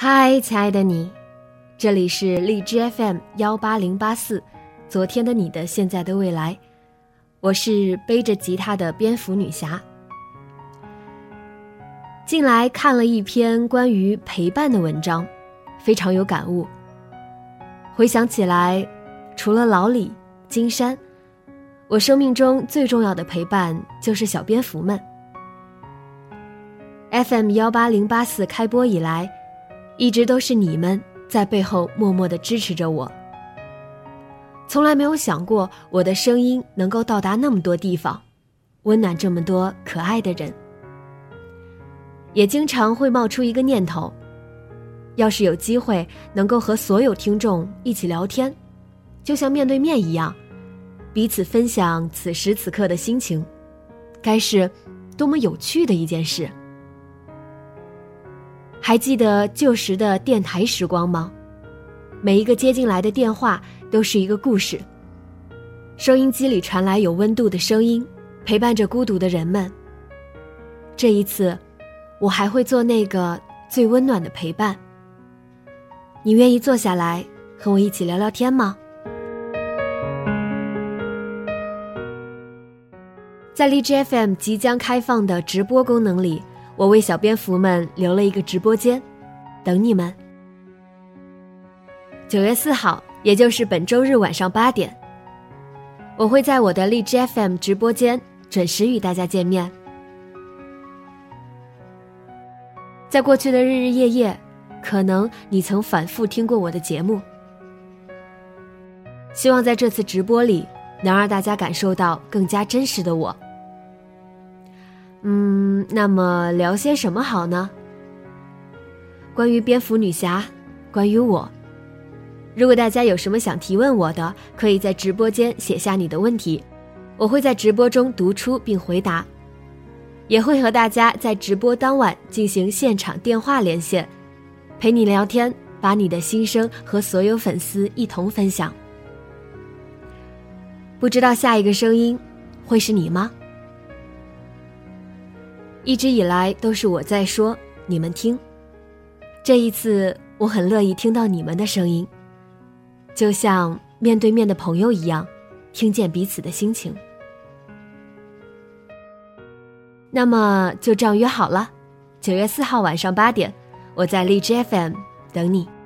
嗨，亲爱的你，这里是荔枝 FM18084，昨天的你的现在的未来，我是背着吉他的蝙蝠女侠。近来看了一篇关于陪伴的文章，非常有感悟。回想起来，除了老李、金山，我生命中最重要的陪伴就是小蝙蝠们。FM18084开播以来，一直都是你们在背后默默地支持着我。从来没有想过我的声音能够到达那么多地方，温暖这么多可爱的人。也经常会冒出一个念头，要是有机会能够和所有听众一起聊天，就像面对面一样，彼此分享此时此刻的心情，该是多么有趣的一件事。还记得旧时的电台时光吗？每一个接进来的电话都是一个故事，收音机里传来有温度的声音，陪伴着孤独的人们。这一次，我还会做那个最温暖的陪伴。你愿意坐下来和我一起聊聊天吗？在荔枝 FM 即将开放的直播功能里，我为小蝙蝠们留了一个直播间，等你们。9月4号，也就是本周日晚上8点，我会在我的荔枝 FM 直播间准时与大家见面。在过去的日日夜夜，可能你曾反复听过我的节目，希望在这次直播里能让大家感受到更加真实的我。那么聊些什么好呢？关于蝙蝠女侠，关于我。如果大家有什么想提问我的，可以在直播间写下你的问题，我会在直播中读出并回答，也会和大家在直播当晚进行现场电话连线，陪你聊天，把你的心声和所有粉丝一同分享。不知道下一个声音会是你吗？一直以来都是我在说，你们听。这一次我很乐意听到你们的声音，就像面对面的朋友一样，听见彼此的心情。那么就这样约好了，9月4号晚上8点，我在荔枝 FM 等你。